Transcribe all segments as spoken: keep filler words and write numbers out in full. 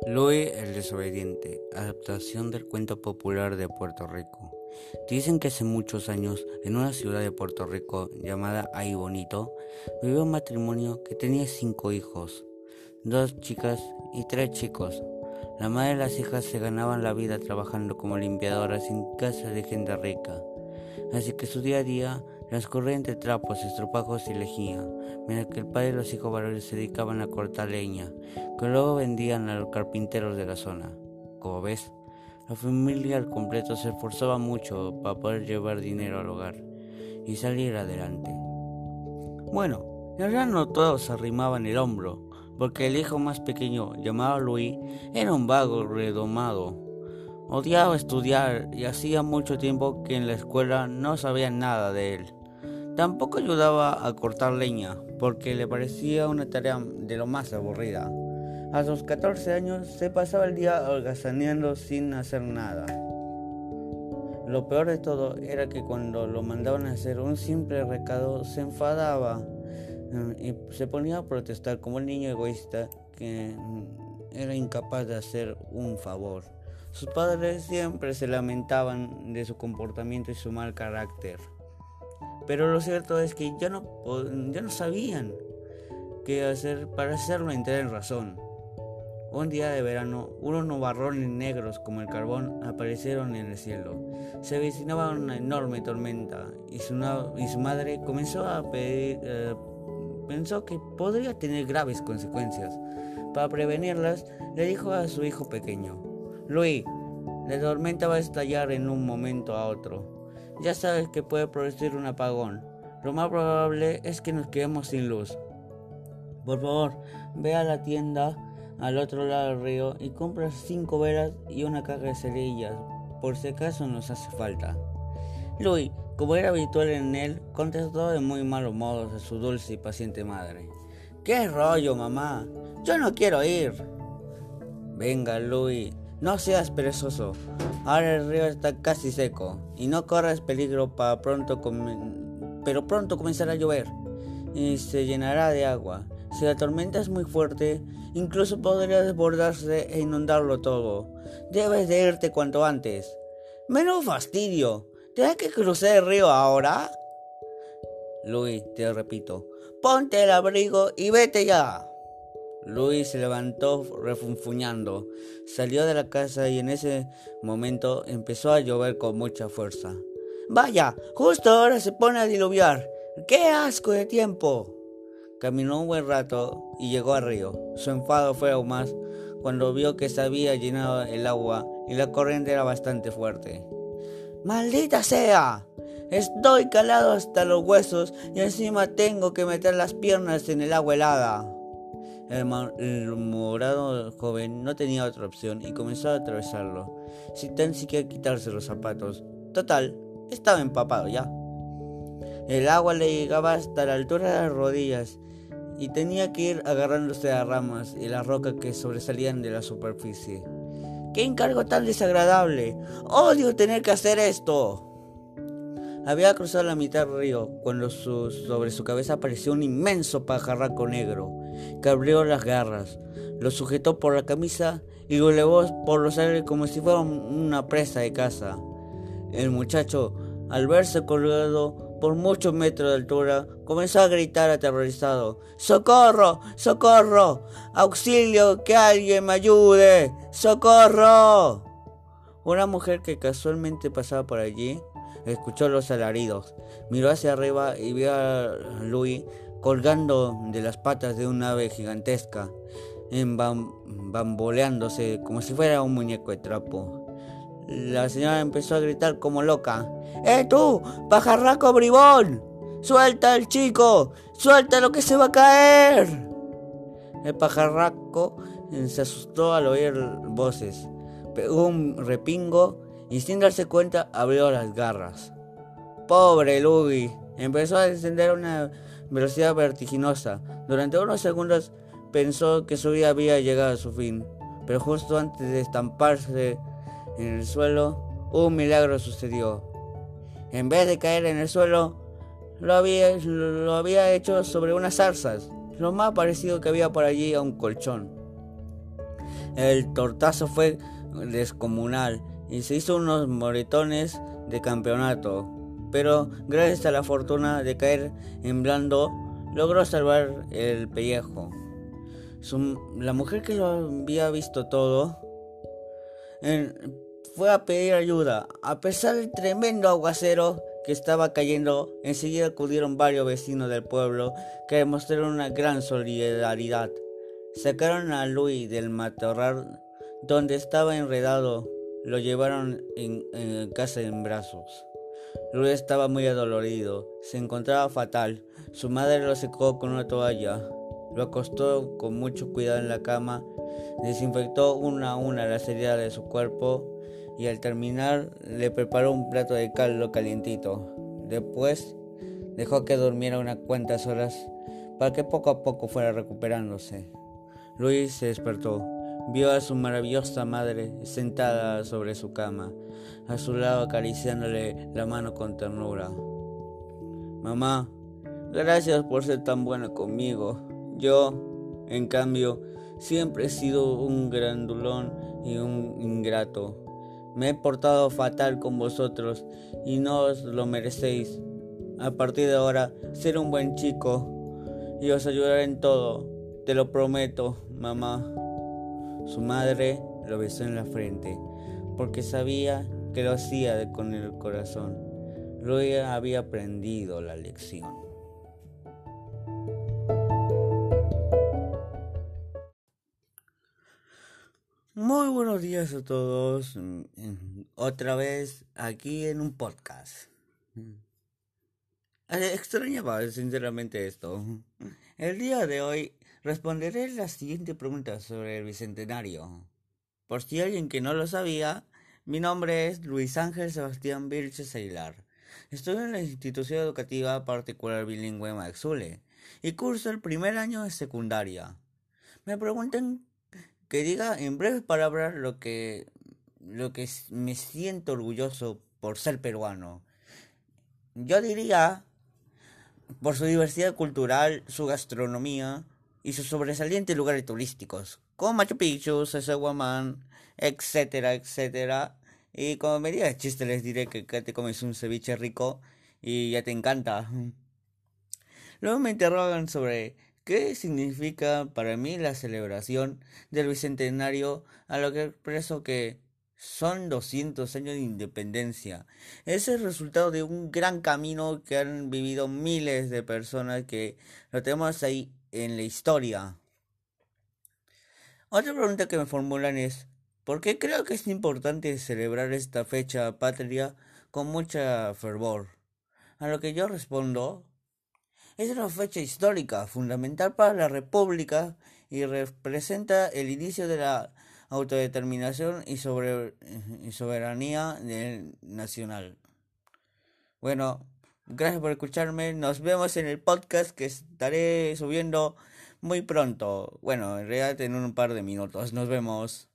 Louis el desobediente, adaptación del cuento popular de Puerto Rico. Dicen que hace muchos años, en una ciudad de Puerto Rico llamada Ay Bonito, vivió un matrimonio que tenía cinco hijos, dos chicas y tres chicos. La madre y las hijas se ganaban la vida trabajando como limpiadoras en casas de gente rica, así que su día a día transcurría entre trapos, estropajos y lejía, mientras que el padre y los hijos varones se dedicaban a cortar leña, que luego vendían a los carpinteros de la zona. Como ves, la familia al completo se esforzaba mucho para poder llevar dinero al hogar y salir adelante. Bueno, en realidad no todos se arrimaban el hombro, porque el hijo más pequeño, llamado Luis, era un vago redomado. Odiaba estudiar y hacía mucho tiempo que en la escuela no sabía nada de él. Tampoco ayudaba a cortar leña, porque le parecía una tarea de lo más aburrida. A sus catorce años se pasaba el día holgazaneando sin hacer nada. Lo peor de todo era que cuando lo mandaban a hacer un simple recado se enfadaba y se ponía a protestar como un niño egoísta que era incapaz de hacer un favor. Sus padres siempre se lamentaban de su comportamiento y su mal carácter. Pero lo cierto es que ya no, ya no sabían qué hacer para hacerlo entrar en razón. Un día de verano, unos nubarrones negros como el carbón aparecieron en el cielo. Se avecinaba una enorme tormenta y su, y su madre comenzó a pedir, eh, pensó que podría tener graves consecuencias. Para prevenirlas, le dijo a su hijo pequeño: Luis, la tormenta va a estallar en un momento a otro. Ya sabes que puede producir un apagón. Lo más probable es que nos quedemos sin luz. Por favor, ve a la tienda al otro lado del río y compra cinco velas y una caja de cerillas, por si acaso nos hace falta. Luis, como era habitual en él, contestó de muy malos modos a su dulce y paciente madre: ¿Qué rollo, mamá? Yo no quiero ir. Venga, Luis, no seas perezoso. Ahora el río está casi seco y no corras peligro para pronto com- pero pronto comenzará a llover y se llenará de agua. Si la tormenta es muy fuerte, incluso podría desbordarse e inundarlo todo. Debes de irte cuanto antes. ¡Menudo fastidio! ¿Tienes que cruzar el río ahora? Luis, te repito, ponte el abrigo y vete ya. Luis se levantó refunfuñando, salió de la casa y en ese momento empezó a llover con mucha fuerza. ¡Vaya! Justo ahora se pone a diluviar. ¡Qué asco de tiempo! Caminó un buen rato y llegó al río. Su enfado fue aún más cuando vio que se había llenado el agua y la corriente era bastante fuerte. ¡Maldita sea! Estoy calado hasta los huesos y encima tengo que meter las piernas en el agua helada. El, ma- el morado joven no tenía otra opción y comenzó a atravesarlo, sin tan siquiera quitarse los zapatos. Total, estaba empapado ya. El agua le llegaba hasta la altura de las rodillas y tenía que ir agarrándose a ramas y las rocas que sobresalían de la superficie. ¡Qué encargo tan desagradable! ¡Odio tener que hacer esto! Había cruzado la mitad del río cuando su, sobre su cabeza apareció un inmenso pajarraco negro que abrió las garras, lo sujetó por la camisa y lo elevó por los aires como si fuera una presa de caza. El muchacho, al verse colgado por muchos metros de altura, comenzó a gritar aterrorizado: ¡Socorro! ¡Socorro! ¡Auxilio! ¡Que alguien me ayude! ¡Socorro! Una mujer que casualmente pasaba por allí escuchó los alaridos, miró hacia arriba y vio a Luis colgando de las patas de un ave gigantesca, bam- bamboleándose como si fuera un muñeco de trapo. La señora empezó a gritar como loca: ¡Eh tú, pajarraco bribón! ¡Suelta al chico! ¡Suelta lo que se va a caer! El pajarraco se asustó al oír voces, pegó un repingo y sin darse cuenta abrió las garras. Pobre Luis, empezó a descender a una velocidad vertiginosa. Durante unos segundos pensó que su vida había llegado a su fin, pero justo antes de estamparse en el suelo, un milagro sucedió. En vez de caer en el suelo, lo había, lo había hecho sobre unas zarzas, lo más parecido que había por allí a un colchón. El tortazo fue descomunal y se hizo unos moretones de campeonato, pero gracias a la fortuna de caer en blando, logró salvar el pellejo. Su, la mujer que lo había visto todo en, fue a pedir ayuda. A pesar del tremendo aguacero que estaba cayendo, enseguida acudieron varios vecinos del pueblo que demostraron una gran solidaridad. Sacaron a Luis del matorral donde estaba enredado, lo llevaron en, en casa en brazos. Luis estaba muy adolorido, se encontraba fatal. Su madre lo secó con una toalla, lo acostó con mucho cuidado en la cama, desinfectó una a una las heridas de su cuerpo y al terminar le preparó un plato de caldo calientito. Después dejó que durmiera unas cuantas horas para que poco a poco fuera recuperándose. Luis se despertó, vio a su maravillosa madre sentada sobre su cama, a su lado acariciándole la mano con ternura. Mamá, gracias por ser tan buena conmigo. Yo, en cambio, siempre he sido un grandulón y un ingrato. Me he portado fatal con vosotros y no os lo merecéis. A partir de ahora, seré un buen chico y os ayudaré en todo. Te lo prometo, mamá. Su madre lo besó en la frente, porque sabía que lo hacía de con el corazón. Luis había aprendido la lección. Muy buenos días a todos, otra vez aquí en un podcast. Extrañaba sinceramente esto. El día de hoy responderé la siguiente pregunta sobre el Bicentenario. Por si alguien que no lo sabía, mi nombre es Luis Ángel Sebastián Vilches Aguilar. Estudio en la institución educativa particular bilingüe Maxule y curso el primer año de secundaria. Me preguntan que diga en breves palabras lo que, lo que me siento orgulloso por ser peruano. Yo diría por su diversidad cultural, su gastronomía y sus sobresalientes lugares turísticos, como Machu Picchu, Sacsayhuamán, etcétera, etcétera. Y como medida de chiste les diré que acá te comes un ceviche rico y ya te encanta. Luego me interrogan sobre qué significa para mí la celebración del Bicentenario, a lo que expreso que son doscientos años de independencia. Es el resultado de un gran camino que han vivido miles de personas que lo tenemos ahí en la historia. Otra pregunta que me formulan es, ¿por qué creo que es importante celebrar esta fecha patria con mucha fervor? A lo que yo respondo, es una fecha histórica, fundamental para la República y representa el inicio de la autodeterminación y, sobre, y soberanía nacional. Bueno, gracias por escucharme. Nos vemos en el podcast que estaré subiendo muy pronto. Bueno, en realidad en un par de minutos. Nos vemos.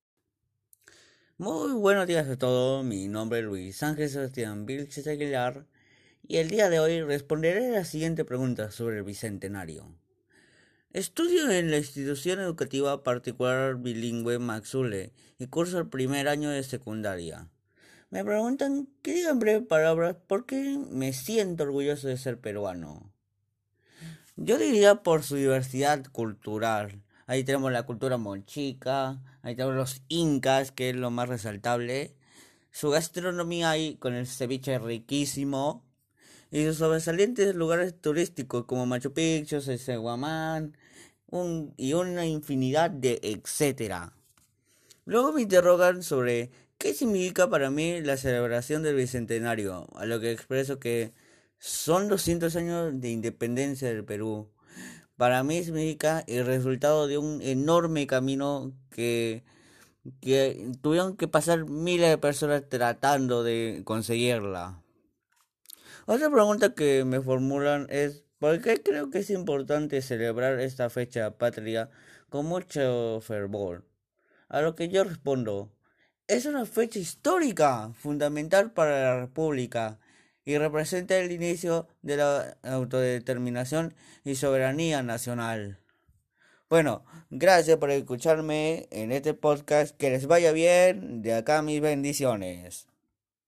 Muy buenos días a todos. Mi nombre es Luis Ángel Sebastián Vilches Aguilar y el día de hoy responderé la siguiente pregunta sobre el Bicentenario. Estudio en la institución educativa particular bilingüe Maxule y curso el primer año de secundaria. Me preguntan que diga en breves palabras por qué me siento orgulloso de ser peruano. Yo diría por su diversidad cultural. Ahí tenemos la cultura monchica, ahí tenemos los incas, que es lo más resaltable. Su gastronomía ahí con el ceviche riquísimo. Y sus sobresalientes lugares turísticos como Machu Picchu, Sacsayhuamán, un, y una infinidad de etcétera. Luego me interrogan sobre qué significa para mí la celebración del Bicentenario, a lo que expreso que son doscientos años de independencia del Perú. Para mí significa el resultado de un enorme camino que, que tuvieron que pasar miles de personas tratando de conseguirla. Otra pregunta que me formulan es ¿por qué creo que es importante celebrar esta fecha patria con mucho fervor? A lo que yo respondo, es una fecha histórica, fundamental para la República y representa el inicio de la autodeterminación y soberanía nacional. Bueno, gracias por escucharme en este podcast. Que les vaya bien. De acá mis bendiciones.